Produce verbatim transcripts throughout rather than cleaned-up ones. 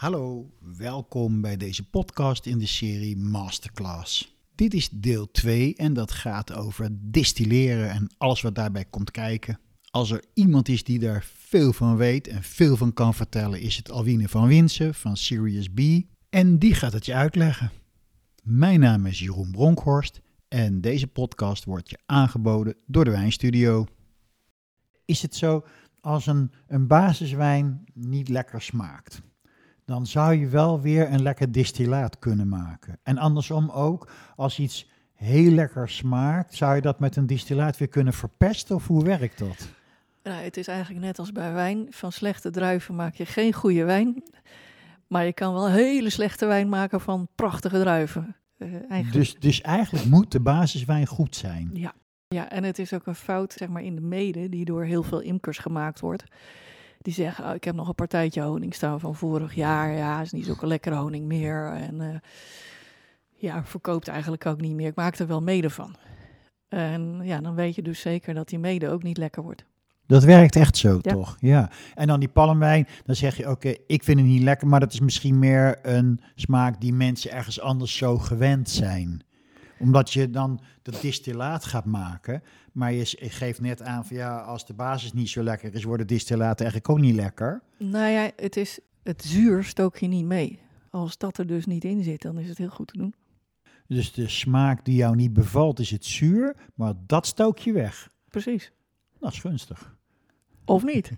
Hallo, welkom bij deze podcast in de serie Masterclass. Dit is deel twee en dat gaat over distilleren en alles wat daarbij komt kijken. Als er iemand is die daar veel van weet en veel van kan vertellen, is het Alwine van Winsen van Serious B. En die gaat het je uitleggen. Mijn naam is Jeroen Bronkhorst en deze podcast wordt je aangeboden door de Wijnstudio. Is het zo, als een, een basiswijn niet lekker smaakt, dan zou je wel weer een lekker distillaat kunnen maken. En andersom ook, als iets heel lekker smaakt, zou je dat met een distillaat weer kunnen verpesten of hoe werkt dat? Nou, het is eigenlijk net als bij wijn. Van slechte druiven maak je geen goede wijn. Maar je kan wel hele slechte wijn maken van prachtige druiven. Uh, eigenlijk. Dus, dus eigenlijk moet de basiswijn goed zijn. Ja. ja, en het is ook een fout zeg maar, in de mede die door heel veel imkers gemaakt wordt. Die zeggen, oh, ik heb nog een partijtje honing staan van vorig jaar. Ja, is niet zulke lekkere honing meer. En uh, ja, verkoopt eigenlijk ook niet meer. Ik maak er wel mede van. En ja, dan weet je dus zeker dat die mede ook niet lekker wordt. Dat werkt echt zo, ja. toch? Ja. En dan die palmwijn, dan zeg je, oké, okay, ik vind het niet lekker, maar dat is misschien meer een smaak die mensen ergens anders zo gewend zijn. Omdat je dan de distillaat gaat maken, maar je geeft net aan van ja, als de basis niet zo lekker is, worden distillaten eigenlijk ook niet lekker. Nou ja, het is het zuur stook je niet mee. Als dat er dus niet in zit, dan is het heel goed te doen. Dus de smaak die jou niet bevalt is het zuur, maar dat stook je weg. Precies. Dat is gunstig. Of niet.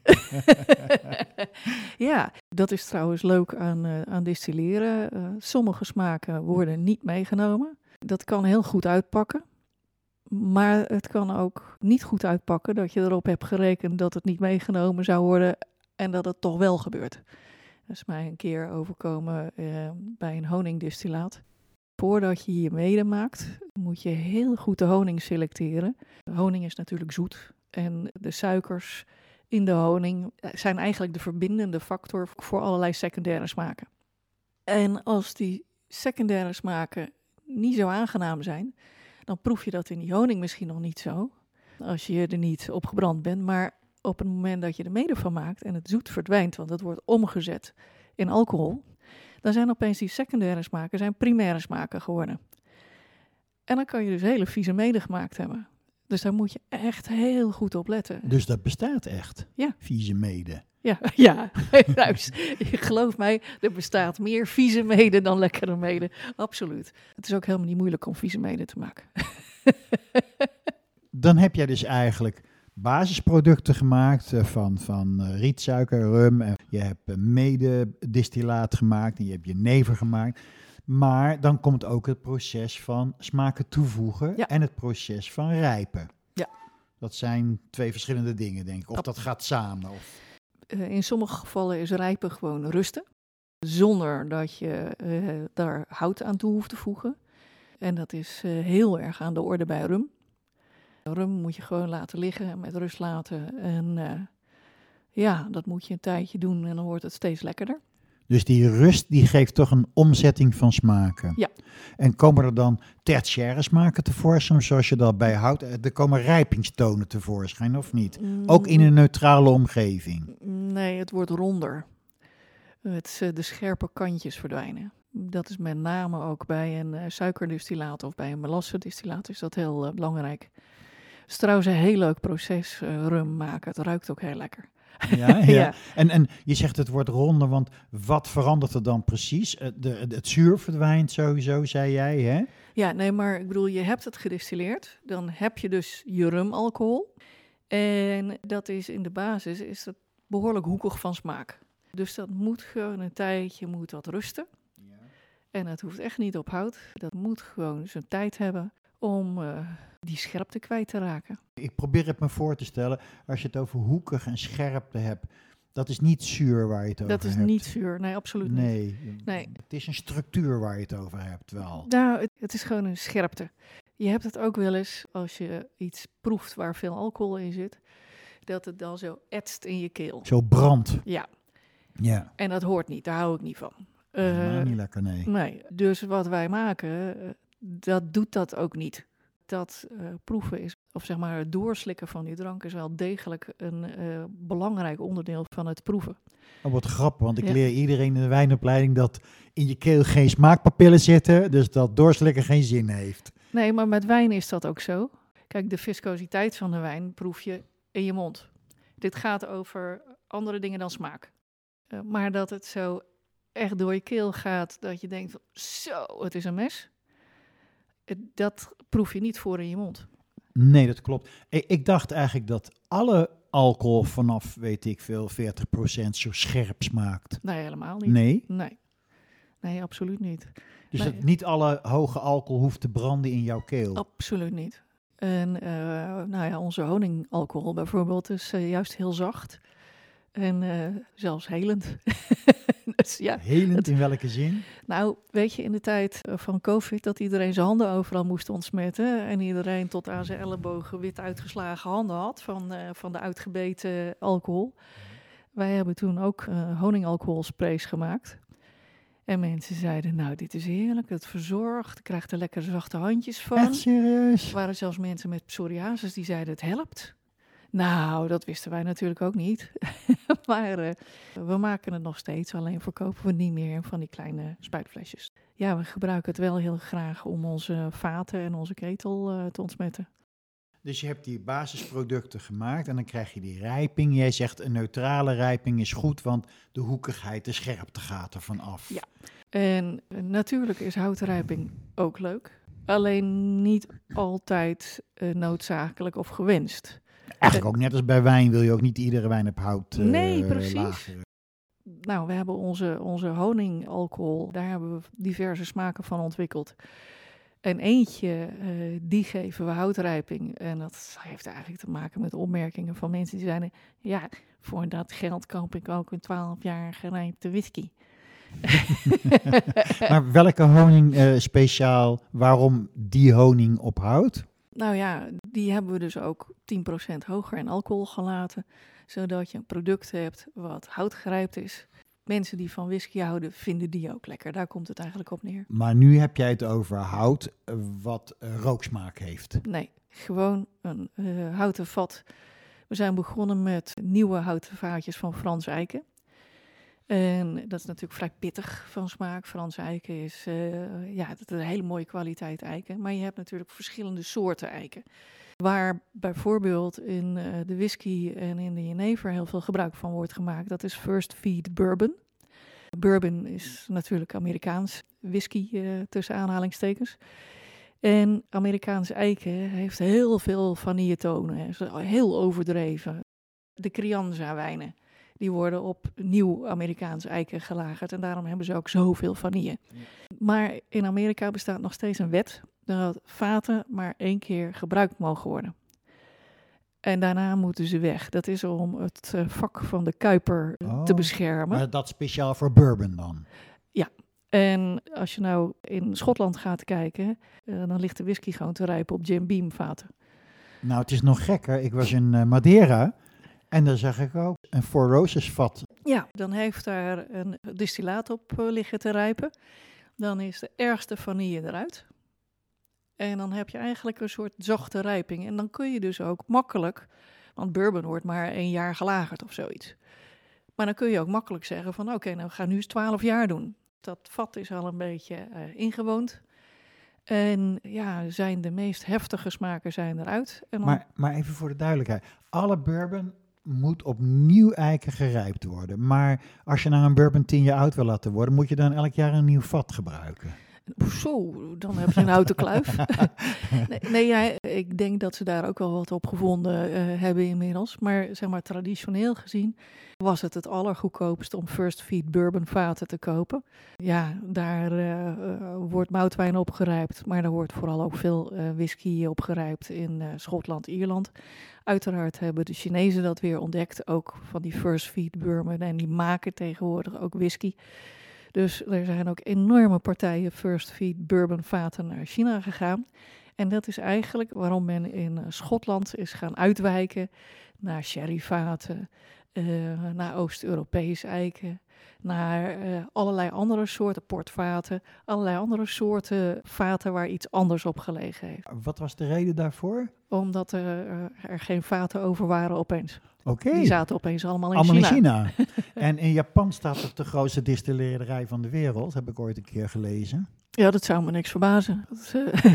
Ja, dat is trouwens leuk aan, uh, aan distilleren. Uh, sommige smaken worden niet meegenomen. Dat kan heel goed uitpakken. Maar het kan ook niet goed uitpakken dat je erop hebt gerekend dat het niet meegenomen zou worden en dat het toch wel gebeurt. Dat is mij een keer overkomen uh, bij een honingdistillaat. Voordat je je mede maakt, moet je heel goed de honing selecteren. Honing is natuurlijk zoet en de suikers in de honing zijn eigenlijk de verbindende factor voor allerlei secundaire smaken. En als die secundaire smaken niet zo aangenaam zijn, dan proef je dat in die honing misschien nog niet zo, als je er niet op gebrand bent. Maar op het moment dat je er mede van maakt en het zoet verdwijnt, want het wordt omgezet in alcohol, dan zijn opeens die secundaire smaken zijn primaire smaken geworden. En dan kan je dus hele vieze mede gemaakt hebben. Dus daar moet je echt heel goed op letten. Dus dat bestaat echt? Ja. Vieze mede? Ja, ja. Geloof mij, er bestaat meer vieze mede dan lekkere mede. Absoluut. Het is ook helemaal niet moeilijk om vieze mede te maken. Dan heb jij dus eigenlijk basisproducten gemaakt van, van rietsuiker, rum. En je hebt mede-distillaat gemaakt en je hebt jenever gemaakt. Maar dan komt ook het proces van smaken toevoegen ja. en het proces van rijpen. Ja. Dat zijn twee verschillende dingen, denk ik. Of dat gaat samen. Of... Uh, in sommige gevallen is rijpen gewoon rusten. Zonder dat je uh, daar hout aan toe hoeft te voegen. En dat is uh, heel erg aan de orde bij rum. Rum moet je gewoon laten liggen, met rust laten. En uh, ja, dat moet je een tijdje doen en dan wordt het steeds lekkerder. Dus die rust die geeft toch een omzetting van smaken. Ja. En komen er dan tertiaire smaken tevoorschijn, zoals je dat bijhoudt? Er komen rijpingstonen tevoorschijn, of niet? Mm. Ook in een neutrale omgeving? Nee, het wordt ronder. Het, de scherpe kantjes verdwijnen. Dat is met name ook bij een uh, suikerdistillaat of bij een melassendistillaat is dat heel uh, belangrijk. Het is trouwens een heel leuk proces, uh, rum maken. Het ruikt ook heel lekker. Ja, ja. ja. En, en je zegt het wordt ronder, want wat verandert er dan precies? De, de, het zuur verdwijnt sowieso, zei jij, hè? Ja, nee, maar ik bedoel, je hebt het gedistilleerd. Dan heb je dus je rumalcohol. En dat is in de basis is dat behoorlijk hoekig van smaak. Dus dat moet gewoon een tijdje moet dat rusten. Ja. En het hoeft echt niet op hout. Dat moet gewoon zijn tijd hebben om uh, die scherpte kwijt te raken. Ik probeer het me voor te stellen, als je het over hoekig en scherpte hebt, dat is niet zuur waar je het over hebt. Dat is hebt. niet zuur, nee, absoluut nee, niet. Nee, het is een structuur waar je het over hebt wel. Nou, het, het is gewoon een scherpte. Je hebt het ook wel eens als je iets proeft waar veel alcohol in zit, dat het dan zo etst in je keel. Zo brandt. Ja. Ja. En dat hoort niet, daar hou ik niet van. Uh, niet lekker, nee. Nee, dus wat wij maken, uh, dat doet dat ook niet. dat uh, proeven is, of zeg maar het doorslikken van die drank is wel degelijk een uh, belangrijk onderdeel van het proeven. Oh, wat grappig, want ik Ja. leer iedereen in de wijnopleiding dat in je keel geen smaakpapillen zitten, dus dat doorslikken geen zin heeft. Nee, maar met wijn is dat ook zo. Kijk, de viscositeit van de wijn proef je in je mond. Dit gaat over andere dingen dan smaak. Uh, maar dat het zo echt door je keel gaat, dat je denkt, zo, het is een mes. Dat proef je niet voor in je mond. Nee, dat klopt. Ik, ik dacht eigenlijk dat alle alcohol vanaf, weet ik veel, veertig procent zo scherp smaakt. Nee, helemaal niet. Nee? Nee, nee absoluut niet. Dus Nee. dat niet alle hoge alcohol hoeft te branden in jouw keel? Absoluut niet. En uh, nou ja, onze honingalcohol bijvoorbeeld is uh, juist heel zacht. En uh, zelfs helend. Dus, ja, Helend het, in welke zin? Nou, weet je, in de tijd van COVID dat iedereen zijn handen overal moest ontsmetten. En iedereen tot aan zijn ellebogen wit uitgeslagen handen had van, uh, van de uitgebeten alcohol. Wij hebben toen ook uh, honingalcoholsprays gemaakt. En mensen zeiden, nou, dit is heerlijk, het verzorgt, je krijgt er lekker zachte handjes van. Echt serieus? Er waren zelfs mensen met psoriasis die zeiden, het helpt. Nou, dat wisten wij natuurlijk ook niet. Maar uh, we maken het nog steeds, alleen verkopen we niet meer van die kleine spuitflesjes. Ja, we gebruiken het wel heel graag om onze vaten en onze ketel uh, te ontsmetten. Dus je hebt die basisproducten gemaakt en dan krijg je die rijping. Jij zegt een neutrale rijping is goed, want de hoekigheid, de scherpte gaat ervan af. Ja, en uh, natuurlijk is houtrijping ook leuk. Alleen niet altijd uh, noodzakelijk of gewenst. Eigenlijk ook net als bij wijn wil je ook niet iedere wijn op hout uh, Nee, precies. lageren. Nou, we hebben onze, onze honingalcohol, daar hebben we diverse smaken van ontwikkeld. En eentje, uh, die geven we houtrijping. En dat heeft eigenlijk te maken met opmerkingen van mensen die zeiden, ja, voor dat geld koop ik ook een twaalf jaar gerijpte whisky. Maar welke honing uh, speciaal, waarom die honing op hout? Nou ja, die hebben we dus ook tien procent hoger in alcohol gelaten, zodat je een product hebt wat houtgerijpt is. Mensen die van whisky houden, vinden die ook lekker. Daar komt het eigenlijk op neer. Maar nu heb jij het over hout uh, wat uh, rooksmaak heeft. Nee, gewoon een uh, houten vat. We zijn begonnen met nieuwe houten vaatjes van Frans eiken. En dat is natuurlijk vrij pittig van smaak. Frans eiken is, uh, ja, dat is een hele mooie kwaliteit eiken. Maar je hebt natuurlijk verschillende soorten eiken. Waar bijvoorbeeld in uh, de whisky en in de jenever heel veel gebruik van wordt gemaakt. Dat is First Feed Bourbon. Bourbon is natuurlijk Amerikaans whisky uh, tussen aanhalingstekens. En Amerikaans eiken heeft heel veel vanilletonen. Is heel overdreven. De Crianza wijnen, die worden op nieuw Amerikaans eiken gelagerd. En daarom hebben ze ook zoveel vanille. Ja. Maar in Amerika bestaat nog steeds een wet dat vaten maar één keer gebruikt mogen worden. En daarna moeten ze weg. Dat is om het uh, vak van de kuiper oh, te beschermen. Maar dat speciaal voor bourbon dan? Ja. En als je nou in Schotland gaat kijken, uh, dan ligt de whisky gewoon te rijpen op Jim Beam vaten. Nou, het is nog gekker. Ik was in uh, Madeira en daar zag ik ook een Four Roses vat. Ja, dan heeft daar een distillaat op uh, liggen te rijpen. Dan is de ergste vanille eruit. En dan heb je eigenlijk een soort zachte rijping. En dan kun je dus ook makkelijk, want bourbon wordt maar één jaar gelagerd of zoiets. Maar dan kun je ook makkelijk zeggen van oké, okay, nou we gaan nu eens twaalf jaar doen. Dat vat is al een beetje uh, ingewoond. En ja, zijn de meest heftige smaken zijn eruit. En dan... maar, maar even voor de duidelijkheid. Alle bourbon moet opnieuw eiken gerijpt worden. Maar als je nou een bourbon tien jaar oud wil laten worden, moet je dan elk jaar een nieuw vat gebruiken. Zo, dan heb je een houten kluif. nee, nee ja, ik denk dat ze daar ook wel wat op gevonden uh, hebben inmiddels. Maar zeg maar traditioneel gezien was het het allergoedkoopst om First Feed Bourbon vaten te kopen. Ja, daar uh, uh, wordt moutwijn opgerijpt, maar daar wordt vooral ook veel uh, whisky opgerijpt in uh, Schotland, Ierland. Uiteraard hebben de Chinezen dat weer ontdekt, ook van die First Feed Bourbon. En die maken tegenwoordig ook whisky. Dus er zijn ook enorme partijen First Feed Bourbon vaten naar China gegaan. En dat is eigenlijk waarom men in Schotland is gaan uitwijken naar sherryvaten uh, naar Oost-Europese eiken, naar uh, allerlei andere soorten portvaten, allerlei andere soorten vaten waar iets anders op gelegen heeft. Wat was de reden daarvoor? Omdat er, uh, er geen vaten over waren opeens. Oké. Okay. Die zaten opeens allemaal in allemaal China. in China. En in Japan staat op de grootste distillerij van de wereld, heb ik ooit een keer gelezen. Ja, dat zou me niks verbazen. Dat is, uh,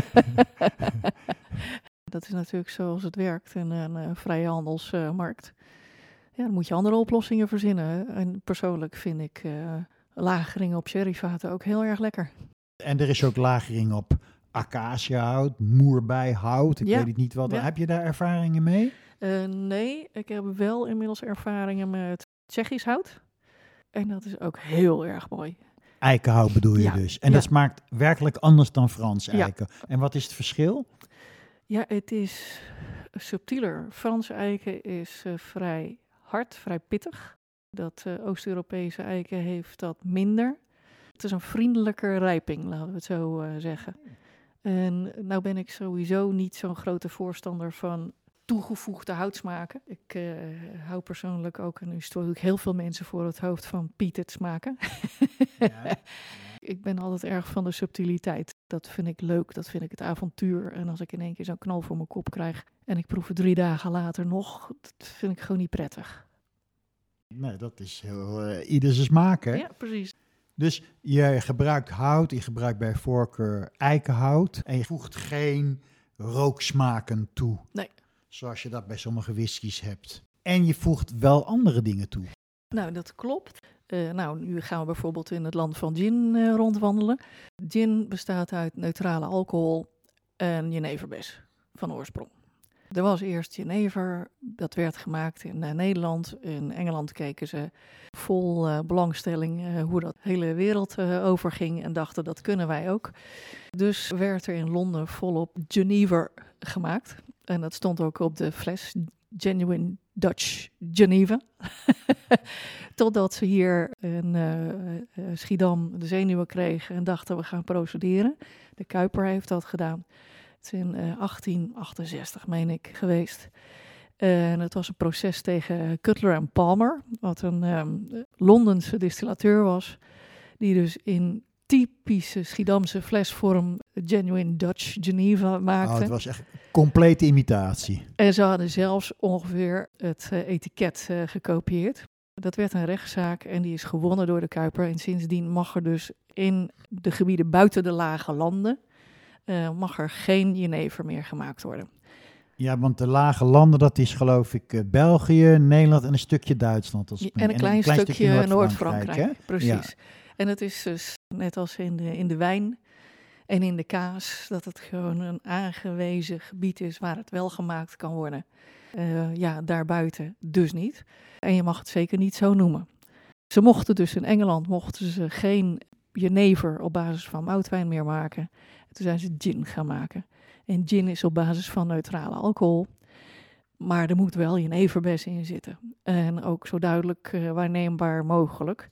dat is natuurlijk zoals het werkt in een uh, vrije handelsmarkt. Uh, ja, dan moet je andere oplossingen verzinnen. En persoonlijk vind ik uh, lagering op sherryvaten ook heel erg lekker. En er is ook lagering op acaciahout, moerbeihout. Ik ja. weet het niet wat. Ja. Heb je daar ervaringen mee? Uh, nee, ik heb wel inmiddels ervaringen met Tsjechisch hout. En dat is ook heel erg mooi. Eikenhout bedoel je ja. dus. En ja. dat smaakt werkelijk anders dan Frans eiken. Ja. En wat is het verschil? Ja, het is subtieler. Frans eiken is uh, vrij hard, vrij pittig. Dat uh, Oost-Europese eiken heeft dat minder. Het is een vriendelijker rijping, laten we het zo uh, zeggen. En nou ben ik sowieso niet zo'n grote voorstander van toegevoegde houtsmaken. Ik uh, hou persoonlijk ook, en nu stoot ik heel veel mensen voor het hoofd, van peated smaken. Ja. Ik ben altijd erg van de subtiliteit. Dat vind ik leuk, dat vind ik het avontuur. En als ik in één keer zo'n knal voor mijn kop krijg en ik proef het drie dagen later nog, dat vind ik gewoon niet prettig. Nee, dat is heel uh, ieder zijn smaak, hè? Ja, precies. Dus je gebruikt hout, je gebruikt bij voorkeur eikenhout en je voegt geen rooksmaken toe. Nee. Zoals je dat bij sommige whiskies hebt. En je voegt wel andere dingen toe. Nou, dat klopt. Uh, nou, nu gaan we bijvoorbeeld in het land van gin uh, rondwandelen. Gin bestaat uit neutrale alcohol en jeneverbes van oorsprong. Er was eerst jenever, dat werd gemaakt in uh, Nederland. In Engeland keken ze vol uh, belangstelling uh, hoe dat hele wereld uh, overging en dachten dat kunnen wij ook. Dus werd er in Londen volop Genever gemaakt. En dat stond ook op de fles, Genuine Dutch Geneva. Totdat ze hier in uh, uh, Schiedam de zenuwen kregen en dachten we gaan procederen. De Kuiper heeft dat gedaan. Het is in uh, achttien achtenzestig, meen ik, geweest. Uh, en het was een proces tegen Cutler en Palmer, wat een um, Londense distillateur was, die dus in typische Schiedamse flesvorm Genuine Dutch Geneva maakte. Oh, het was echt complete imitatie. En ze hadden zelfs ongeveer het uh, etiket uh, gekopieerd. Dat werd een rechtszaak en die is gewonnen door de Kuiper. En sindsdien mag er dus in de gebieden buiten de lage landen, uh, mag er geen jenever meer gemaakt worden. Ja, want de lage landen, dat is geloof ik uh, België, Nederland en een stukje Duitsland. Als en, een en een klein stukje, stukje Noord-Frankrijk. Noord Precies. Ja. En het is dus net als in de, in de wijn en in de kaas, dat het gewoon een aangewezen gebied is waar het wel gemaakt kan worden. Uh, ja, daarbuiten dus niet. En je mag het zeker niet zo noemen. Ze mochten dus in Engeland mochten ze geen jenever op basis van moutwijn meer maken. En toen zijn ze gin gaan maken. En gin is op basis van neutrale alcohol. Maar er moet wel jeneverbes in zitten. En ook zo duidelijk uh, waarneembaar mogelijk.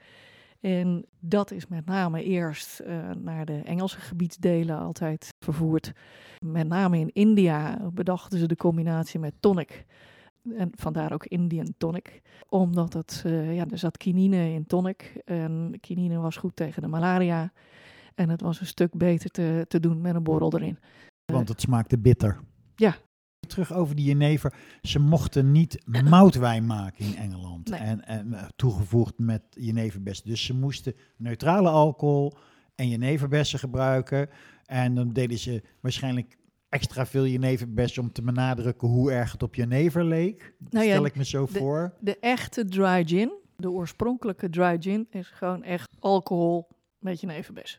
En dat is met name eerst uh, naar de Engelse gebiedsdelen altijd vervoerd. Met name in India bedachten ze de combinatie met tonic. En vandaar ook Indian tonic. Omdat het, uh, ja, er zat quinine in tonic. En quinine was goed tegen de malaria. En het was een stuk beter te, te doen met een borrel erin. Want het smaakte bitter. Ja. Terug over die jenever. Ze mochten niet moutwijn maken in Engeland. Nee. En, en toegevoegd met jeneverbes. Dus ze moesten neutrale alcohol en jeneverbessen gebruiken. En dan deden ze waarschijnlijk extra veel jeneverbes om te benadrukken hoe erg het op jenever leek. Nou ja, stel ik me zo de, voor. De echte dry gin, de oorspronkelijke dry gin, is gewoon echt alcohol met jeneverbes.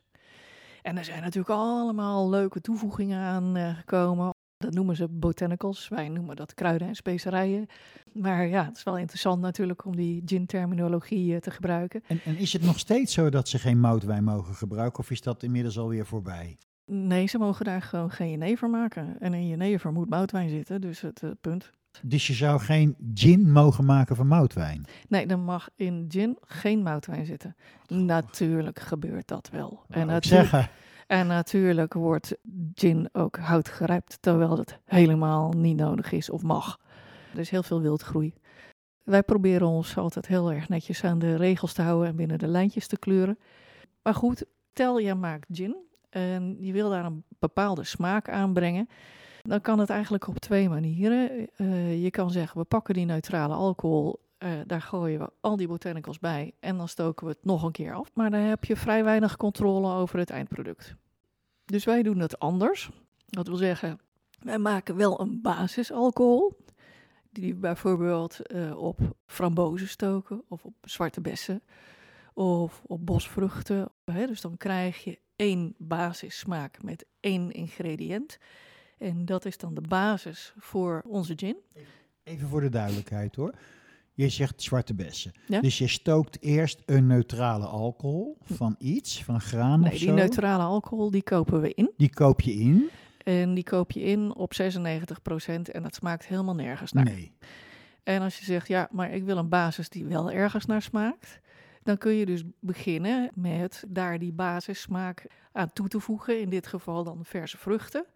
En er zijn natuurlijk allemaal leuke toevoegingen aan uh, gekomen. Dat noemen ze botanicals. Wij noemen dat kruiden en specerijen. Maar ja, het is wel interessant natuurlijk om die gin-terminologie uh, te gebruiken. En, en is het nog steeds zo dat ze geen moutwijn mogen gebruiken? Of is dat inmiddels alweer voorbij? Nee, ze mogen daar gewoon geen jenever maken. En in jenever moet moutwijn zitten, dus het uh, punt. Dus je zou geen gin mogen maken van moutwijn? Nee, er mag in gin geen moutwijn zitten. Natuurlijk gebeurt dat wel. En, natu- zeggen. en natuurlijk wordt gin ook houtgerijpt, terwijl het helemaal niet nodig is of mag. Er is heel veel wildgroei. Wij proberen ons altijd heel erg netjes aan de regels te houden en binnen de lijntjes te kleuren. Maar goed, stel je maakt gin en je wil daar een bepaalde smaak aanbrengen. Dan kan het eigenlijk op twee manieren. Uh, je kan zeggen, we pakken die neutrale alcohol, uh, daar gooien we al die botanicals bij en dan stoken we het nog een keer af. Maar dan heb je vrij weinig controle over het eindproduct. Dus wij doen het anders. Dat wil zeggen, wij maken wel een basisalcohol, die bijvoorbeeld uh, op frambozen stoken of op zwarte bessen of op bosvruchten. Hè? Dus dan krijg je één basissmaak met één ingrediënt. En dat is dan de basis voor onze gin. Even voor de duidelijkheid hoor. Je zegt zwarte bessen. Ja? Dus je stookt eerst een neutrale alcohol van iets, van graan nee, of zo? Die neutrale alcohol die kopen we in. Die koop je in? En die koop je in op zesennegentig procent en dat smaakt helemaal nergens naar. Nee. En als je zegt, ja, maar ik wil een basis die wel ergens naar smaakt, dan kun je dus beginnen met daar die basissmaak aan toe te voegen. In dit geval dan verse vruchten.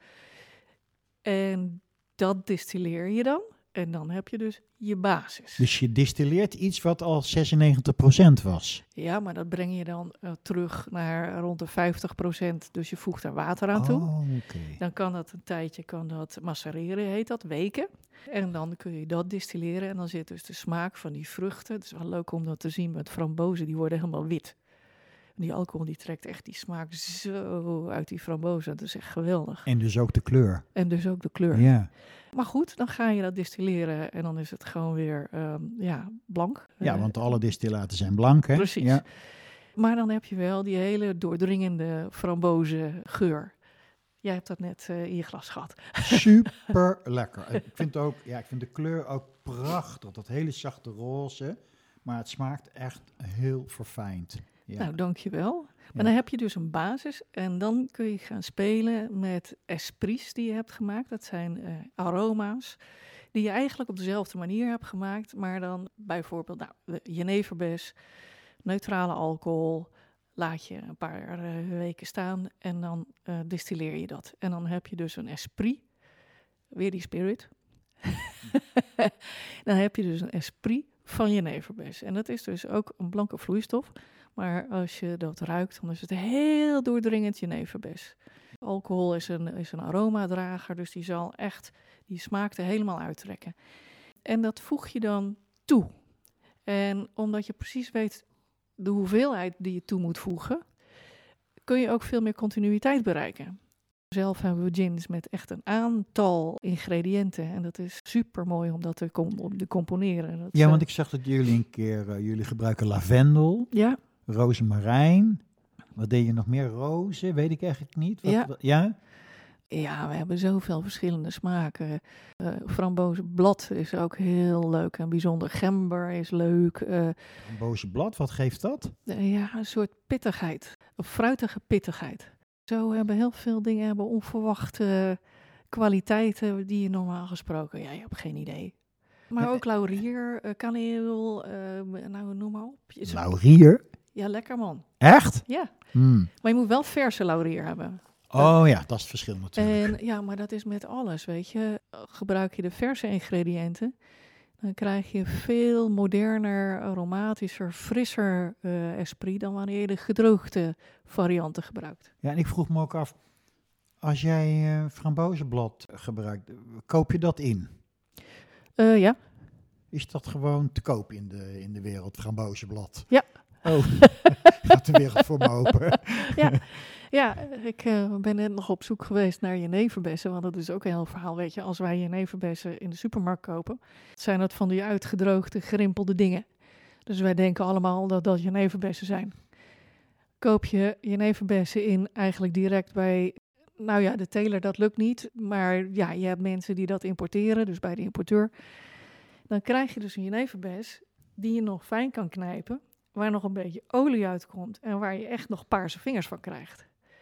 En dat distilleer je dan. En dan heb je dus je basis. Dus je distilleert iets wat al zesennegentig procent was? Ja, maar dat breng je dan uh, terug naar rond de vijftig procent. Dus je voegt er water aan toe. Oh, okay. Dan kan dat een tijdje kan dat macereren, heet dat, weken. En dan kun je dat distilleren. En dan zit dus de smaak van die vruchten. Het is wel leuk om dat te zien met frambozen. Die worden helemaal wit. Die alcohol die trekt echt die smaak zo uit die frambozen. Dat is echt geweldig. En dus ook de kleur. En dus ook de kleur. Ja. Maar goed, dan ga je dat distilleren en dan is het gewoon weer um, ja, blank. Ja, uh, want alle distillaten zijn blank, hè? Precies. Ja. Maar dan heb je wel die hele doordringende frambozen-geur. Jij hebt dat net uh, in je glas gehad. Super lekker. Ik vind, ook, ja, ik vind de kleur ook prachtig. Dat hele zachte roze. Maar het smaakt echt heel verfijnd. Ja. Nou, dankjewel. Maar Ja. dan heb je dus een basis en dan kun je gaan spelen met esprits die je hebt gemaakt. Dat zijn uh, aroma's die je eigenlijk op dezelfde manier hebt gemaakt, maar dan bijvoorbeeld nou, jeneverbes, neutrale alcohol, laat je een paar uh, weken staan en dan uh, distilleer je dat. En dan heb je dus een esprit, weer die spirit. Dan heb je dus een esprit van jeneverbes. En dat is dus ook een blanke vloeistof. Maar als je dat ruikt, dan is het heel doordringend jeneverbes. Alcohol is een, is een aromadrager, dus die zal echt die smaak er helemaal uittrekken. En dat voeg je dan toe. En omdat je precies weet de hoeveelheid die je toe moet voegen, kun je ook veel meer continuïteit bereiken. Zelf hebben we gins met echt een aantal ingrediënten. En dat is super mooi om dat te, com- om te componeren. Dat, Ja, want uh, ik zag dat jullie een keer, uh, jullie gebruiken lavendel, ja, rozemarijn. Wat deed je nog meer? Rozen, weet ik eigenlijk niet. Wat, Ja. wat- ja? ja, we hebben zoveel verschillende smaken. Uh, frambozenblad is ook heel leuk en bijzonder. Gember is leuk. Uh, Een boze blad, wat geeft dat? uh, ja, een soort pittigheid. Een fruitige pittigheid. Zo hebben heel veel dingen hebben onverwachte kwaliteiten die je normaal gesproken, ja, je hebt geen idee. Maar ook laurier, uh, kaneel, uh, nou noem maar op. Je- Laurier? Ja, lekker man. Echt? Ja, Hmm. maar je moet wel verse laurier hebben. Oh ja, dat is het verschil natuurlijk. En ja, maar dat is met alles, weet je. Gebruik je de verse ingrediënten, dan krijg je veel moderner, aromatischer, frisser uh, esprit dan wanneer je de gedroogde varianten gebruikt. Ja, en ik vroeg me ook af, als jij uh, frambozenblad gebruikt, koop je dat in? Uh, ja. Is dat gewoon te koop in de, in de wereld, frambozenblad? Ja. Oh, gaat de wereld voor me open. ja. ja, ik uh, ben net nog op zoek geweest naar jeneverbessen, want dat is ook een heel verhaal, weet je. Als wij jeneverbessen in de supermarkt kopen, zijn dat van die uitgedroogde, gerimpelde dingen. Dus wij denken allemaal dat dat jeneverbessen zijn. Koop je jeneverbessen in eigenlijk direct bij, nou ja, de teler, dat lukt niet. Maar ja, je hebt mensen die dat importeren, dus bij de importeur. Dan krijg je dus een jeneverbes die je nog fijn kan knijpen, waar nog een beetje olie uitkomt en waar je echt nog paarse vingers van krijgt.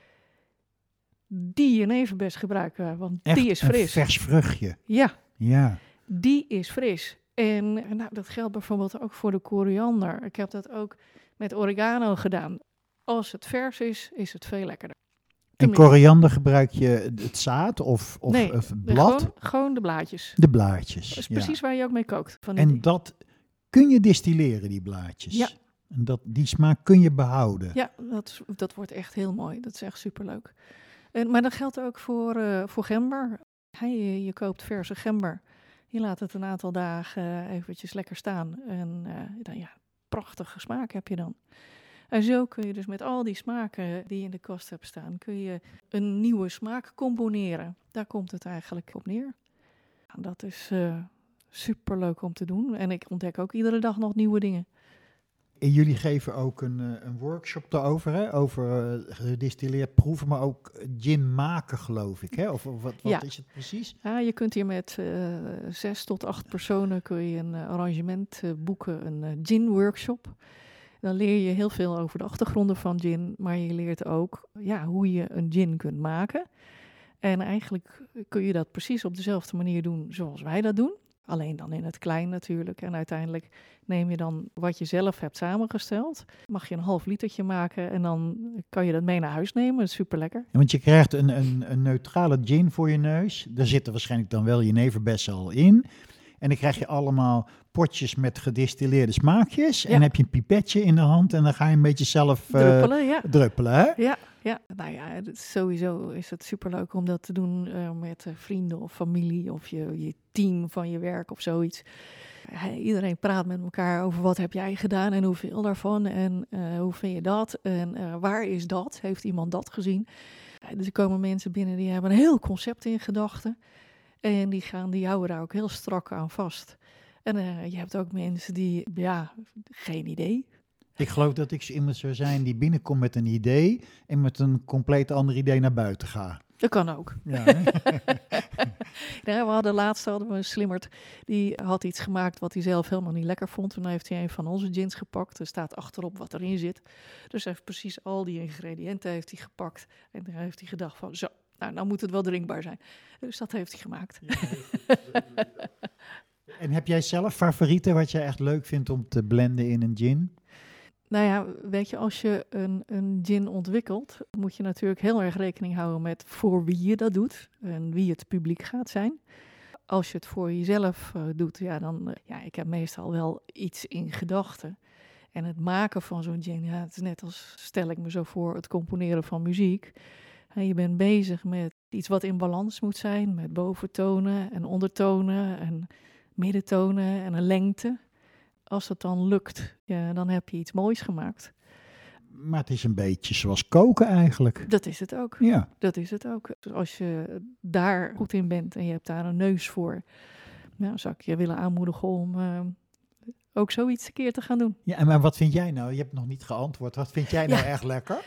Die jeneverbes gebruiken we, want Echt die is een fris. vers vruchtje. Ja, Ja. die is fris. En nou, dat geldt bijvoorbeeld ook voor de koriander. Ik heb dat ook met oregano gedaan. Als het vers is, is het veel lekkerder. En Tenminste, koriander gebruik je het zaad of, of, Nee, of de- blad? Gewoon, gewoon de blaadjes. De blaadjes. Dat is ja. precies waar je ook mee kookt. Van die En dingen. dat kun je distilleren, die blaadjes. Ja. En dat, die smaak kun je behouden. Ja, dat, dat wordt echt heel mooi. Dat is echt superleuk. En, maar dat geldt ook voor, uh, voor gember. Hey, je, je koopt verse gember. Je laat het een aantal dagen uh, eventjes lekker staan. En uh, dan, ja, prachtige smaak heb je dan. En zo kun je dus met al die smaken die je in de kast hebt staan, kun je een nieuwe smaak componeren. Daar komt het eigenlijk op neer. En dat is uh, superleuk om te doen. En ik ontdek ook iedere dag nog nieuwe dingen. En jullie geven ook een, een workshop daarover, hè? Over uh, gedistilleerd proeven, maar ook gin maken, geloof ik. Hè? Of, of wat, wat ja. is het precies? Ja, je kunt hier met uh, zes tot acht personen kun je een uh, arrangement uh, boeken, een uh, gin workshop. Dan leer je heel veel over de achtergronden van gin, maar je leert ook ja, hoe je een gin kunt maken. En eigenlijk kun je dat precies op dezelfde manier doen zoals wij dat doen. Alleen dan in het klein natuurlijk. En uiteindelijk neem je dan wat je zelf hebt samengesteld. Mag je een half litertje maken en dan kan je dat mee naar huis nemen. Dat is super lekker. Ja, want je krijgt een, een, een neutrale gin voor je neus. Daar zitten waarschijnlijk dan wel jeneverbessen al in. En dan krijg je allemaal potjes met gedistilleerde smaakjes. Ja. En heb je een pipetje in de hand en dan ga je een beetje zelf uh, druppelen. Ja. druppelen hè? Ja, ja, nou ja, sowieso is het superleuk om dat te doen uh, met uh, vrienden of familie of je, je team van je werk of zoiets. Hey, iedereen praat met elkaar over wat heb jij gedaan en hoeveel daarvan en uh, hoe vind je dat en uh, waar is dat? Heeft iemand dat gezien? Uh, dus er komen mensen binnen die hebben een heel concept in gedachten en die, gaan, die houden daar ook heel strak aan vast. En uh, je hebt ook mensen die, ja, geen idee. Ik geloof dat ik iemand zou zijn die binnenkomt met een idee en met een compleet ander idee naar buiten gaat. Dat kan ook. Ja, ja, we hadden laatst hadden we een slimmerd, die had iets gemaakt wat hij zelf helemaal niet lekker vond. Toen heeft hij een van onze gins gepakt. Er staat achterop wat erin zit. Dus hij heeft precies al die ingrediënten heeft hij gepakt. En daar heeft hij gedacht van, zo, nou, nou moet het wel drinkbaar zijn. Dus dat heeft hij gemaakt. Ja. En heb jij zelf favorieten wat jij echt leuk vindt om te blenden in een gin? Nou ja, weet je, als je een, een gin ontwikkelt, moet je natuurlijk heel erg rekening houden met voor wie je dat doet en wie het publiek gaat zijn. Als je het voor jezelf uh, doet, ja, dan, uh, ja, ik heb meestal wel iets in gedachten. En het maken van zo'n gin, ja, het is net als, stel ik me zo voor, het componeren van muziek. En je bent bezig met iets wat in balans moet zijn, met boventonen en ondertonen en middentonen en een lengte. Als het dan lukt, ja, dan heb je iets moois gemaakt. Maar het is een beetje zoals koken eigenlijk. Dat is het ook. Ja. Dat is het ook. Dus als je daar goed in bent en je hebt daar een neus voor, nou, zou ik je willen aanmoedigen om uh, ook zoiets een keer te gaan doen. Ja, maar wat vind jij nou? Je hebt nog niet geantwoord. Wat vind jij nou ja. erg lekker?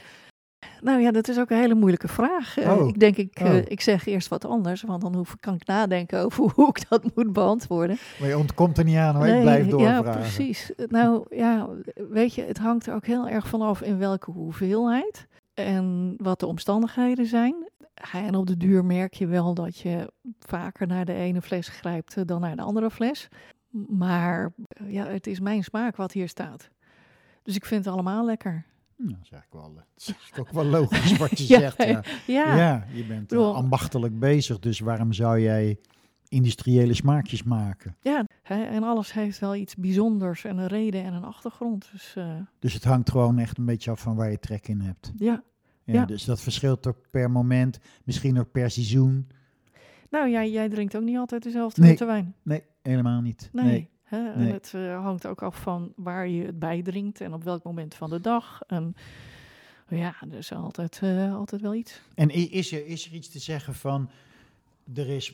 Nou ja, dat is ook een hele moeilijke vraag. Oh. Uh, ik denk, ik, uh, oh. ik zeg eerst wat anders, want dan hoef, kan ik nadenken over hoe ik dat moet beantwoorden. Maar je ontkomt er niet aan hoor, nee, ik blijf doorvragen. Ja, precies. Nou ja, weet je, het hangt er ook heel erg vanaf in welke hoeveelheid en wat de omstandigheden zijn. En op de duur merk je wel dat je vaker naar de ene fles grijpt dan naar de andere fles. Maar ja, het is mijn smaak wat hier staat. Dus ik vind het allemaal lekker. Nou, dat is eigenlijk wel, dat is eigenlijk ook wel logisch wat je ja, zegt. Ja. Ja. ja, je bent uh, ambachtelijk bezig, dus waarom zou jij industriële smaakjes maken? Ja, hè, en alles heeft wel iets bijzonders en een reden en een achtergrond. Dus, uh... dus het hangt gewoon echt een beetje af van waar je trek in hebt. Ja. Ja, ja. Dus dat verschilt ook per moment, misschien ook per seizoen. Nou, jij, jij drinkt ook niet altijd dezelfde nee. witte wijn. Nee, helemaal niet. Nee. nee. Hè? Nee. En het uh, hangt ook af van waar je het bij drinkt en op welk moment van de dag. En ja, er is altijd, uh, altijd wel iets. En is er, is er iets te zeggen van, er is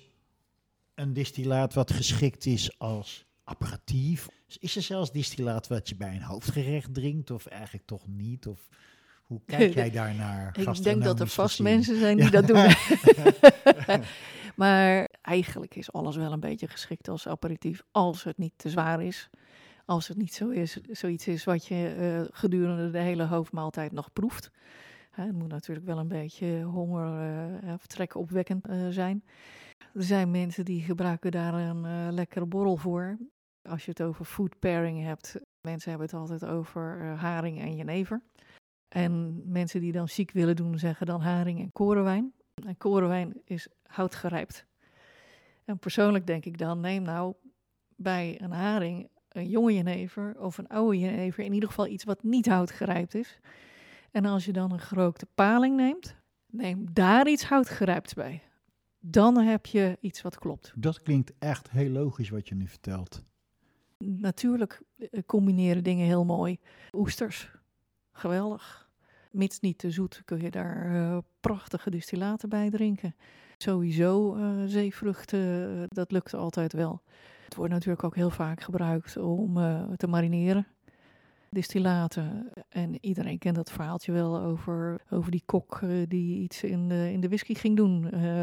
een distillaat wat geschikt is als aperitief? Is er zelfs distillaat wat je bij een hoofdgerecht drinkt of eigenlijk toch niet? Of hoe kijk jij daarnaar? Ik denk dat er vast gezien? mensen zijn die ja. dat doen. Maar eigenlijk is alles wel een beetje geschikt als aperitief, als het niet te zwaar is. Als het niet zo is, zoiets is wat je uh, gedurende de hele hoofdmaaltijd nog proeft. Uh, het moet natuurlijk wel een beetje honger uh, of trek opwekkend uh, zijn. Er zijn mensen die gebruiken daar een uh, lekkere borrel voor. Als je het over food pairing hebt, mensen hebben het altijd over uh, haring en jenever. En mensen die dan chic willen doen, zeggen dan haring en korenwijn. En korenwijn is houtgerijpt. En persoonlijk denk ik dan, neem nou bij een haring een jonge jenever of een oude jenever. In ieder geval iets wat niet houtgerijpt is. En als je dan een gerookte paling neemt, neem daar iets houtgerijpts bij. Dan heb je iets wat klopt. Dat klinkt echt heel logisch wat je nu vertelt. Natuurlijk combineren dingen heel mooi. Oesters, geweldig. Mits niet te zoet kun je daar uh, prachtige distillaten bij drinken. Sowieso uh, zeevruchten, uh, dat lukt altijd wel. Het wordt natuurlijk ook heel vaak gebruikt om uh, te marineren. Distillaten. En iedereen kent dat verhaaltje wel over, over die kok uh, die iets in de, in de whisky ging doen. Uh,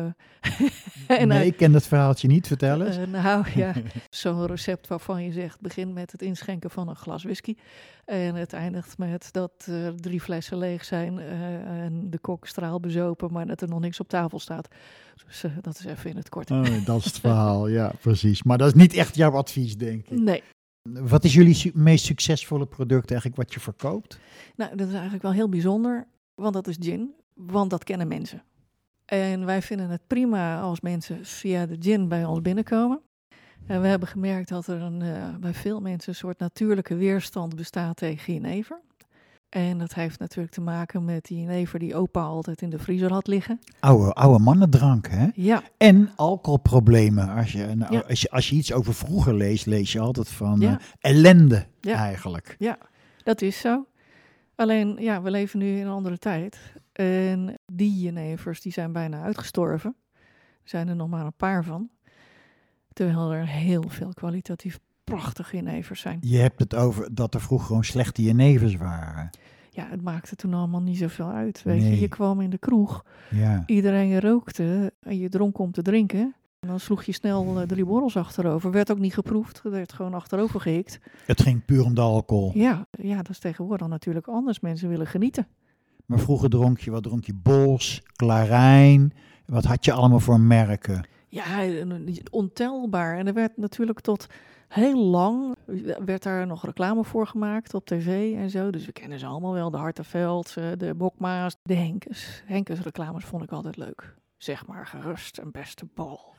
en nee, uh, ik ken dat verhaaltje niet, vertel eens. Uh, nou ja, zo'n recept waarvan je zegt, begin met het inschenken van een glas whisky. En het eindigt met dat er uh, drie flessen leeg zijn uh, en de kok straalbezopen, maar dat er nog niks op tafel staat. Dus uh, dat is even in het kort. Oh, dat is het verhaal, ja, precies. Maar dat is niet echt jouw advies, denk ik. Nee. Wat is jullie su- meest succesvolle product eigenlijk wat je verkoopt? Nou, dat is eigenlijk wel heel bijzonder, want dat is gin, want dat kennen mensen. En wij vinden het prima als mensen via de gin bij ons binnenkomen. En we hebben gemerkt dat er een, uh, bij veel mensen een soort natuurlijke weerstand bestaat tegen jenever. En dat heeft natuurlijk te maken met die jenever die opa altijd in de vriezer had liggen. Oude, oude mannendrank, hè? Ja. En alcoholproblemen. Als je, nou, ja. als, je, als je iets over vroeger leest, lees je altijd van ja. uh, ellende ja. eigenlijk. Ja, dat is zo. Alleen, ja, we leven nu in een andere tijd. En die jenevers die zijn bijna uitgestorven. Er zijn er nog maar een paar van. Terwijl er heel veel kwalitatief prachtige jenevers zijn. Je hebt het over dat er vroeger gewoon slechte jenevers waren. Ja, het maakte toen allemaal niet zoveel uit. Weet nee. je, je kwam in de kroeg, ja. iedereen rookte en je dronk om te drinken. En dan sloeg je snel uh, drie borrels achterover. Werd ook niet geproefd, er werd gewoon achterover gehikt. Het ging puur om de alcohol. Ja, ja, dat is tegenwoordig natuurlijk anders. Mensen willen genieten. Maar vroeger dronk je, wat dronk je? Bols, Clarijn, wat had je allemaal voor merken? Ja, ontelbaar. En er werd natuurlijk tot heel lang, werd daar nog reclame voor gemaakt op tv en zo. Dus we kennen ze allemaal wel, de Hartenvelds, de Bokma's, de Henkes. Henkes reclames vond ik altijd leuk. Zeg maar gerust een beste bal.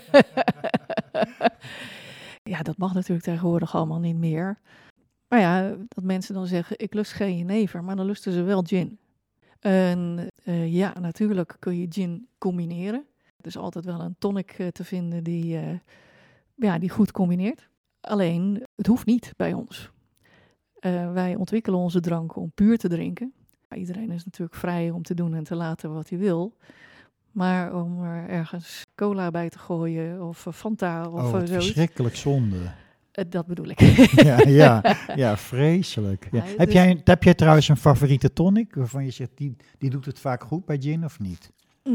Ja, dat mag natuurlijk tegenwoordig allemaal niet meer. Maar ja, dat mensen dan zeggen, ik lust geen jenever, maar dan lusten ze wel gin. En uh, ja, natuurlijk kun je gin combineren. Er is altijd wel een tonic uh, te vinden die, uh, ja, die goed combineert. Alleen, het hoeft niet bij ons. Uh, wij ontwikkelen onze drank om puur te drinken. Iedereen is natuurlijk vrij om te doen en te laten wat hij wil. Maar om er ergens cola bij te gooien of Fanta of oh, wat zoiets. Verschrikkelijk zonde. Uh, dat bedoel ik. ja, ja, ja, vreselijk. Ja. Ja, heb, dus... jij, heb jij trouwens een favoriete tonic waarvan je zegt, die, die doet het vaak goed bij gin of niet?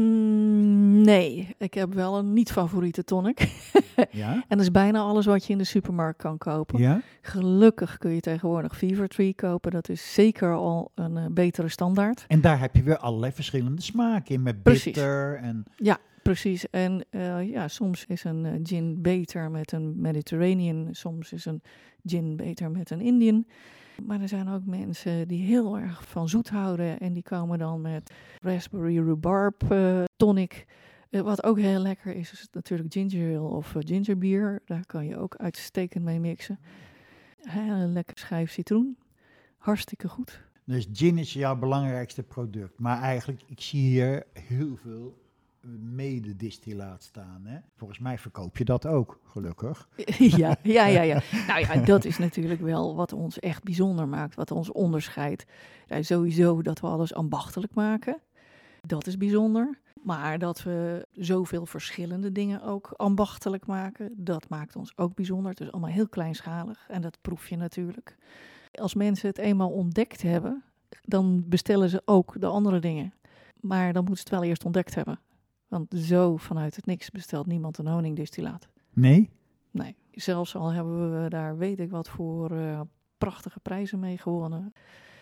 Mm, nee, ik heb wel een niet-favoriete tonic. Ja? En dat is bijna alles wat je in de supermarkt kan kopen. Ja? Gelukkig kun je tegenwoordig Fever Tree kopen. Dat is zeker al een uh, betere standaard. En daar heb je weer allerlei verschillende smaken in, met Precies. bitter en... Ja, precies. En uh, ja, soms is een uh, gin beter met een Mediterranean. Soms is een gin beter met een Indian. Maar er zijn ook mensen die heel erg van zoet houden. En die komen dan met raspberry rhubarb uh, tonic. Uh, wat ook heel lekker is, is natuurlijk ginger ale of uh, gingerbeer. Daar kan je ook uitstekend mee mixen. Heel lekker schijf citroen. Hartstikke goed. Dus gin is jouw belangrijkste product. Maar eigenlijk, ik zie hier heel veel mededistillaat staan. Hè? Volgens mij verkoop je dat ook, gelukkig. ja, ja, ja, ja. Nou ja, dat is natuurlijk wel wat ons echt bijzonder maakt, wat ons onderscheidt. Ja, sowieso dat we alles ambachtelijk maken. Dat is bijzonder. Maar dat we zoveel verschillende dingen ook ambachtelijk maken, dat maakt ons ook bijzonder. Het is allemaal heel kleinschalig en dat proef je natuurlijk. Als mensen het eenmaal ontdekt hebben, dan bestellen ze ook de andere dingen. Maar dan moeten ze het wel eerst ontdekt hebben. Want zo vanuit het niks bestelt niemand een honingdistillaat. Nee? Nee. Zelfs al hebben we daar weet ik wat voor uh, prachtige prijzen mee gewonnen.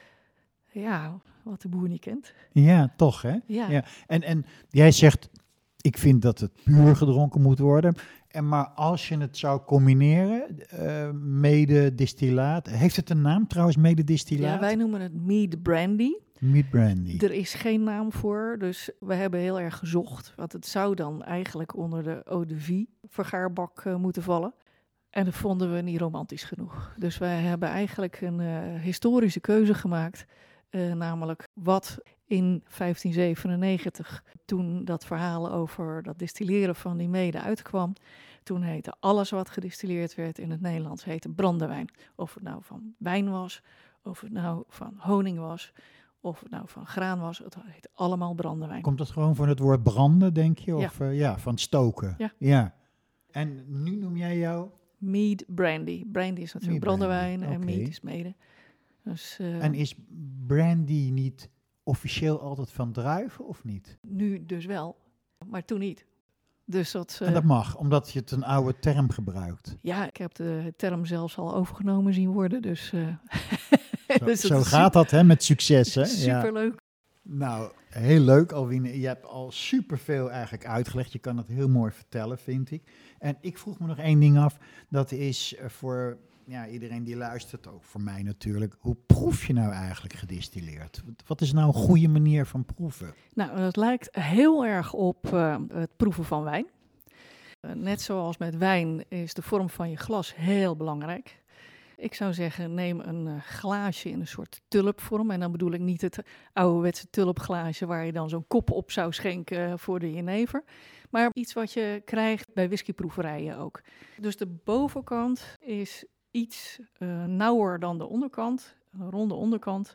Ja, wat de boer niet kent. Ja, toch hè? Ja. Ja. En, en jij zegt, ik vind dat het puur gedronken moet worden. En maar als je het zou combineren, uh, mededistillaat. Heeft het een naam trouwens, mededistillaat? Ja, wij noemen het mead brandy. Mead brandy. Er is geen naam voor, dus we hebben heel erg gezocht. Want het zou dan eigenlijk onder de eau de vie vergaarbak uh, moeten vallen. En dat vonden we niet romantisch genoeg. Dus wij hebben eigenlijk een uh, historische keuze gemaakt. Uh, namelijk wat in vijftien zevenennegentig, toen dat verhaal over dat distilleren van die mede uitkwam. Toen heette alles wat gedistilleerd werd in het Nederlands heette brandewijn. Of het nou van wijn was, of het nou van honing was, of het nou van graan was. Het heette allemaal brandewijn. Komt dat gewoon van het woord branden, denk je? Of ja, uh, ja van stoken? Ja. ja. En nu noem jij jou? Mead brandy. Brandy is natuurlijk Mead brandewijn brandy. en Okay. mead is mede. Dus, uh, en is brandy niet officieel altijd van druiven of niet? Nu dus wel, maar toen niet. Dus dat, uh, en dat mag, omdat je het een oude term gebruikt. Ja, ik heb de term zelfs al overgenomen zien worden. Dus, uh, zo dus zo gaat dat hè, met succes. Hè? Superleuk. Ja. Nou, heel leuk Alwine. Je hebt al superveel eigenlijk uitgelegd. Je kan het heel mooi vertellen, vind ik. En ik vroeg me nog één ding af. Dat is voor ja, iedereen die luistert, ook voor mij natuurlijk. Hoe proef je nou eigenlijk gedistilleerd? Wat is nou een goede manier van proeven? Nou, dat lijkt heel erg op uh, het proeven van wijn. Uh, net zoals met wijn is de vorm van je glas heel belangrijk. Ik zou zeggen, neem een uh, glaasje in een soort tulpvorm. En dan bedoel ik niet het ouderwetse tulpglaasje waar je dan zo'n kop op zou schenken voor de jenever. Maar iets wat je krijgt bij whiskyproeverijen ook. Dus de bovenkant is iets uh, nauwer dan de onderkant, een ronde onderkant.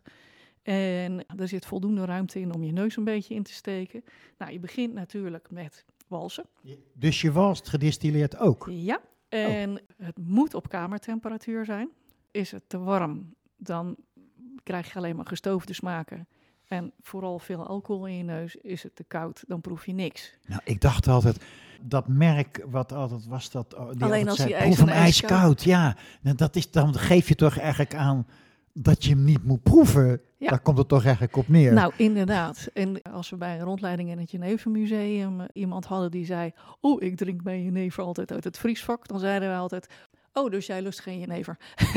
En er zit voldoende ruimte in om je neus een beetje in te steken. Nou, je begint natuurlijk met walsen. Dus je walst gedistilleerd ook? Ja. En oh. het moet op kamertemperatuur zijn. Is het te warm, dan krijg je alleen maar gestoofde smaken. En vooral veel alcohol in je neus. Is het te koud, dan proef je niks. Nou, ik dacht altijd, dat merk wat altijd was dat... Die alleen altijd als zei, die proef hem ijskoud. Ja, nou, dat is, dan geef je toch eigenlijk aan dat je hem niet moet proeven. Ja. Daar komt het toch eigenlijk op neer. Nou, inderdaad. En als we bij een rondleiding in het Jenevermuseum uh, iemand hadden die zei... oh, ik drink mijn jenever altijd uit het vriesvak. Dan zeiden we altijd... oh, dus jij lust geen jenever.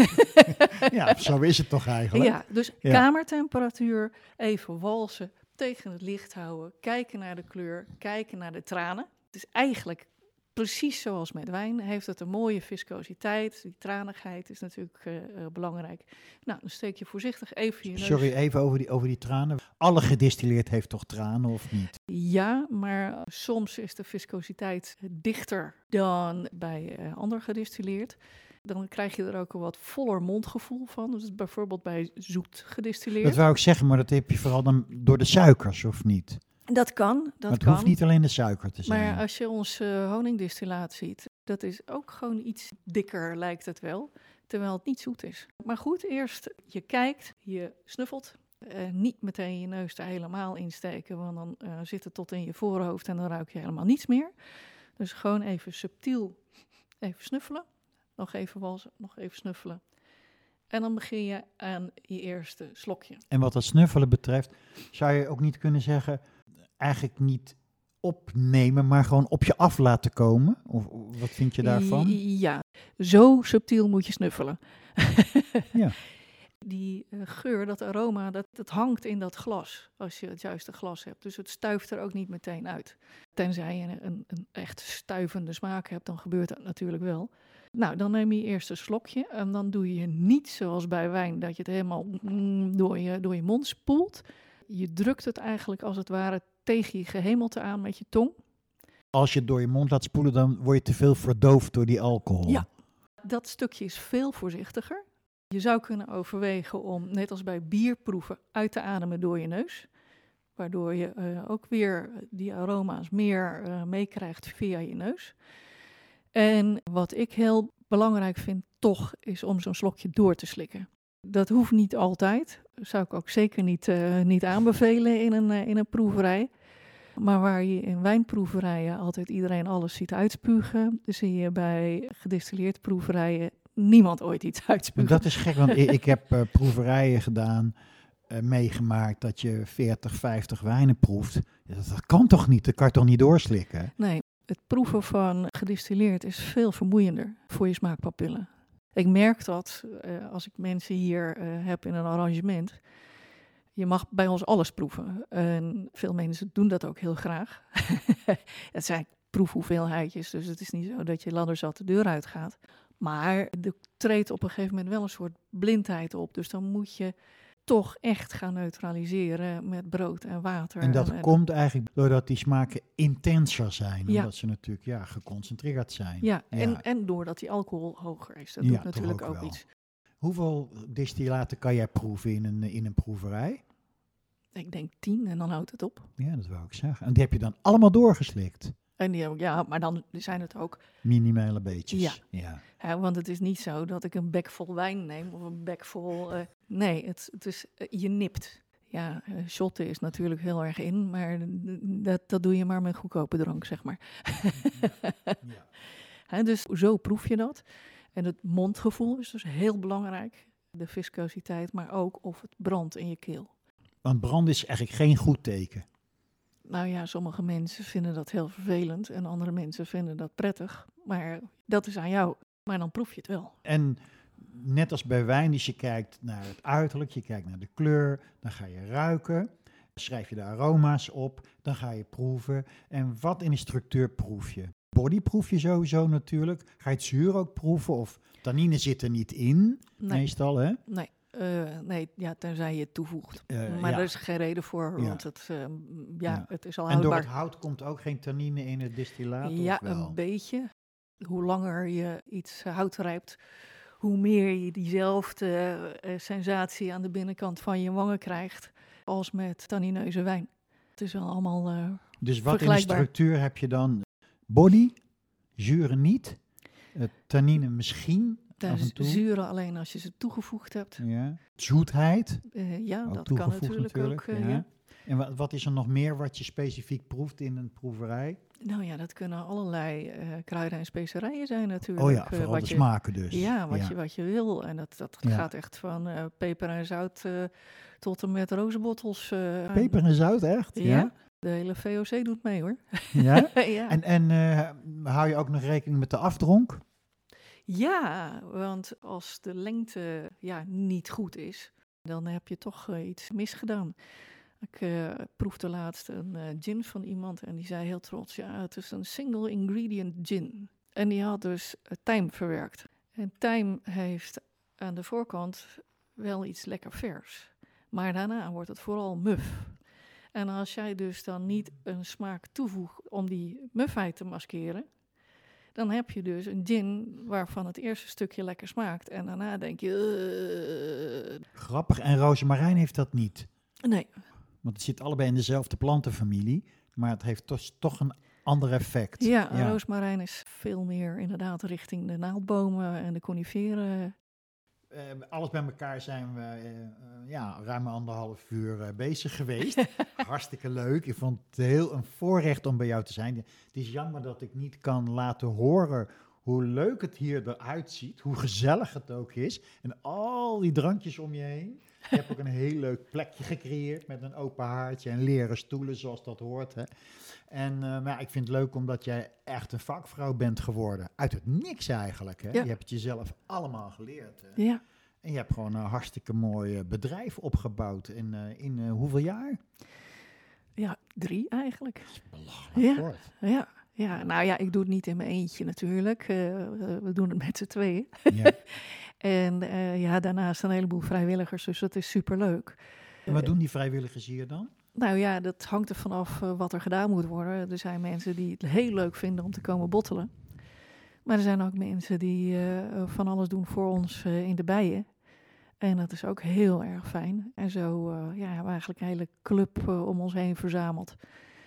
Ja, zo is het toch eigenlijk. Ja, dus ja. Kamertemperatuur, even walsen, tegen het licht houden... kijken naar de kleur, kijken naar de tranen. Het is eigenlijk... precies zoals met wijn heeft het een mooie viscositeit. Die tranigheid is natuurlijk uh, uh, belangrijk. Nou, dan steek je voorzichtig even je neus. Sorry, even over die, over die tranen. Alle gedistilleerd heeft toch tranen of niet? Ja, maar uh, soms is de viscositeit dichter dan bij uh, ander gedistilleerd. Dan krijg je er ook een wat voller mondgevoel van. Dus bijvoorbeeld bij zoet gedistilleerd. Dat wou ik zeggen, maar dat heb je vooral dan door de suikers, of niet? Dat kan, dat maar het kan. hoeft niet alleen de suiker te zijn. Maar als je ons uh, honingdistillaat ziet, dat is ook gewoon iets dikker, lijkt het wel. Terwijl het niet zoet is. Maar goed, eerst je kijkt, je snuffelt. Uh, niet meteen je neus er helemaal insteken, want dan uh, zit het tot in je voorhoofd en dan ruik je helemaal niets meer. Dus gewoon even subtiel even snuffelen. Nog even walsen, nog even snuffelen. En dan begin je aan je eerste slokje. En wat dat snuffelen betreft, zou je ook niet kunnen zeggen... eigenlijk niet opnemen, maar gewoon op je af laten komen? Of wat vind je daarvan? Ja, zo subtiel moet je snuffelen. Ja. Die uh, geur, dat aroma, dat, dat hangt in dat glas, als je het juiste glas hebt. Dus het stuift er ook niet meteen uit. Tenzij je een, een echt stuivende smaak hebt, dan gebeurt dat natuurlijk wel. Nou, dan neem je eerst een slokje en dan doe je niet zoals bij wijn, dat je het helemaal mm, door, je, door je mond spoelt. Je drukt het eigenlijk als het ware tegen je gehemelte aan met je tong. Als je het door je mond laat spoelen, dan word je te veel verdoofd door die alcohol. Ja, dat stukje is veel voorzichtiger. Je zou kunnen overwegen om, net als bij bierproeven, uit te ademen door je neus. Waardoor je uh, ook weer die aroma's meer uh, meekrijgt via je neus. En wat ik heel belangrijk vind toch, is om zo'n slokje door te slikken. Dat hoeft niet altijd. Dat zou ik ook zeker niet, uh, niet aanbevelen in een, uh, in een proeverij. Maar waar je in wijnproeverijen altijd iedereen alles ziet uitspugen, zie je bij gedistilleerde proeverijen niemand ooit iets uitspugen. Dat is gek, want ik, ik heb uh, proeverijen gedaan, uh, meegemaakt dat je veertig, vijftig wijnen proeft. Dat, dat kan toch niet? Dat kan je toch niet doorslikken? Nee, het proeven van gedistilleerd is veel vermoeiender voor je smaakpapillen. Ik merk dat uh, als ik mensen hier uh, heb in een arrangement. Je mag bij ons alles proeven. En veel mensen doen dat ook heel graag. Het zijn proefhoeveelheidjes, dus het is niet zo dat je ladderzat de deur uitgaat. Maar er treedt op een gegeven moment wel een soort blindheid op. Dus dan moet je toch echt gaan neutraliseren met brood en water. En dat en, komt eigenlijk doordat die smaken intenser zijn. Ja. Omdat ze natuurlijk ja, geconcentreerd zijn. Ja, Ja. En, en doordat die alcohol hoger is. Dat Ja, doet toch natuurlijk ook ook, wel. iets. Hoeveel distillaten kan jij proeven in een, in een proeverij? Ik denk tien en dan houdt het op. Ja, dat wou ik zeggen. En die heb je dan allemaal doorgeslikt? En die heb ik, ja, maar dan zijn het ook. Minimale beetjes. Ja. ja. Hè, want het is niet zo dat ik een bek vol wijn neem of een bek vol. Uh, nee, het, het is, uh, je nipt. Ja, uh, shotten is natuurlijk heel erg in, maar dat, dat doe je maar met goedkope drank, zeg maar. ja. Hè, dus zo proef je dat. En het mondgevoel is dus heel belangrijk. De viscositeit, maar ook of het brandt in je keel. Want brand is eigenlijk geen goed teken. Nou ja, sommige mensen vinden dat heel vervelend en andere mensen vinden dat prettig. Maar dat is aan jou. Maar dan proef je het wel. En net als bij wijn, dus je kijkt naar het uiterlijk, je kijkt naar de kleur, dan ga je ruiken, schrijf je de aroma's op, dan ga je proeven. En wat in de structuur proef je? Body proef je sowieso natuurlijk. Ga je het zuur ook proeven of tannine zit er niet in, Nee. meestal hè? Nee. Uh, nee, ja, tenzij je het toevoegt. Uh, maar ja. er is geen reden voor, Ja. want het, uh, ja, Ja. het is al En houdbaar. door het hout komt ook geen tannine in het distillaat? Ja, of wel? een beetje. Hoe langer je iets uh, hout rijpt, hoe meer je diezelfde uh, sensatie aan de binnenkant van je wangen krijgt als met tannineuze wijn. Het is wel allemaal uh, Dus wat in de structuur heb je dan? Body, zuren niet, uh, tannine misschien? Dus zuren alleen als je ze toegevoegd hebt. Ja. Zoetheid? Uh, ja, ook dat kan natuurlijk, natuurlijk ook. Uh, ja. ja. En wat, wat is er nog meer wat je specifiek proeft in een proeverij? Nou ja, dat kunnen allerlei uh, kruiden en specerijen zijn natuurlijk. Oh ja, vooral uh, wat de je, smaken dus. Ja, wat, ja. Je, wat je wil. En dat, dat ja. gaat echt van uh, peper en zout uh, tot en met rozenbottels. Uh, peper en zout, echt? Ja, ja, de hele V O C doet mee hoor. Ja? ja. En, en uh, hou je ook nog rekening met de afdronk? Ja, want als de lengte ja, niet goed is, dan heb je toch uh, iets misgedaan. Ik uh, proefde laatst een uh, gin van iemand en die zei heel trots, ja, het is een single ingredient gin. En die had dus uh, tijm verwerkt. En tijm heeft aan de voorkant wel iets lekker vers, maar daarna wordt het vooral muf. En als jij dus dan niet een smaak toevoegt om die mufheid te maskeren, dan heb je dus een gin waarvan het eerste stukje lekker smaakt. En daarna denk je... Uh... Grappig. En rozemarijn heeft dat niet? Nee. Want het zit allebei in dezelfde plantenfamilie. Maar het heeft toch, toch een ander effect. Ja, ja, rozemarijn is veel meer inderdaad richting de naaldbomen en de coniferen. Uh, alles bij elkaar zijn we uh, uh, ja, ruim anderhalf uur uh, bezig geweest. Hartstikke leuk. Ik vond het heel een voorrecht om bij jou te zijn. Het is jammer dat ik niet kan laten horen hoe leuk het hier eruit ziet. Hoe gezellig het ook is. En al die drankjes om je heen. Je hebt ook een heel leuk plekje gecreëerd met een open haartje en leren stoelen zoals dat hoort. Hè. En uh, maar ja, ik vind het leuk omdat jij echt een vakvrouw bent geworden. Uit het niks eigenlijk. Hè. Ja. Je hebt het jezelf allemaal geleerd. Hè. Ja. En je hebt gewoon een hartstikke mooi bedrijf opgebouwd. In, uh, in uh, hoeveel jaar? Ja, drie eigenlijk. Dat is belachelijk ja. kort. Ja. Ja, nou ja, ik doe het niet in mijn eentje natuurlijk. Uh, we doen het met z'n tweeën. Ja. En uh, ja, daarnaast een heleboel vrijwilligers, dus dat is superleuk. En wat doen die vrijwilligers hier dan? Nou ja, dat hangt er vanaf uh, wat er gedaan moet worden. Er zijn mensen die het heel leuk vinden om te komen bottelen. Maar er zijn ook mensen die uh, van alles doen voor ons uh, in de bijen. En dat is ook heel erg fijn. En zo uh, ja, hebben we eigenlijk een hele club uh, om ons heen verzameld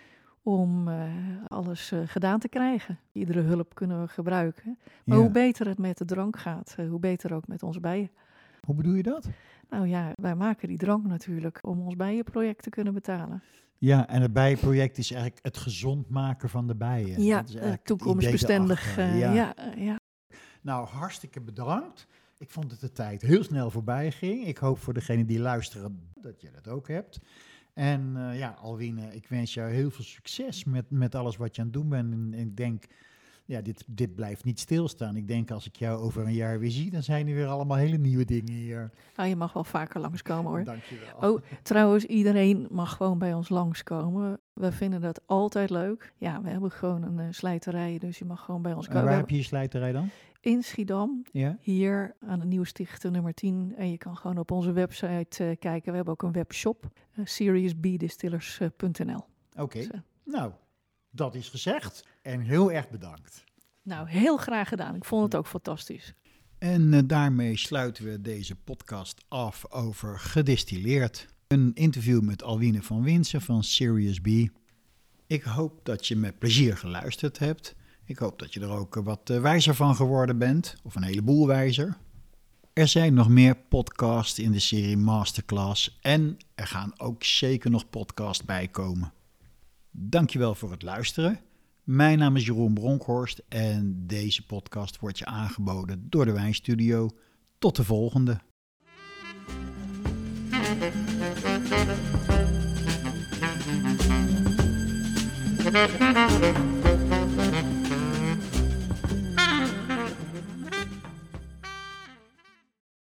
om uh, alles uh, gedaan te krijgen. Iedere hulp kunnen we gebruiken. Maar Ja. hoe beter het met de drank gaat, uh, hoe beter ook met onze bijen. Hoe bedoel je dat? Nou ja, wij maken die drank natuurlijk om ons bijenproject te kunnen betalen. Ja, en het bijenproject is eigenlijk het gezond maken van de bijen. Ja, dat is uh, toekomstbestendig. Uh, ja. Ja, uh, ja. Nou, hartstikke bedankt. Ik vond dat de tijd heel snel voorbij ging. Ik hoop voor degenen die luisteren dat je dat ook hebt. En uh, ja, Alwine, ik wens jou heel veel succes met, met alles wat je aan het doen bent. En ik denk ja, dit, dit blijft niet stilstaan. Ik denk als ik jou over een jaar weer zie, dan zijn er weer allemaal hele nieuwe dingen hier. Nou, je mag wel vaker langskomen hoor. Dankjewel. Oh, trouwens, iedereen mag gewoon bij ons langskomen. We vinden dat altijd leuk. Ja, we hebben gewoon een uh, slijterij, dus je mag gewoon bij ons komen. En waar heb je je slijterij dan? In Schiedam, ja? hier aan de Nieuwstichter nummer tien. En je kan gewoon op onze website uh, kijken. We hebben ook een webshop, uh, serious b distillers punt n l. Oké, okay. dus, uh, nou, dat is gezegd. En heel erg bedankt. Nou, heel graag gedaan. Ik vond het ook fantastisch. En uh, daarmee sluiten we deze podcast af over gedistilleerd. Een interview met Alwine van Winsen van Serious B. Ik hoop dat je met plezier geluisterd hebt. Ik hoop dat je er ook wat uh, wijzer van geworden bent. Of een heleboel wijzer. Er zijn nog meer podcasts in de serie Masterclass. En er gaan ook zeker nog podcasts bij komen. Dankjewel voor het luisteren. Mijn naam is Jeroen Bronkhorst en deze podcast wordt je aangeboden door de Wijnstudio. Tot de volgende. Thank you.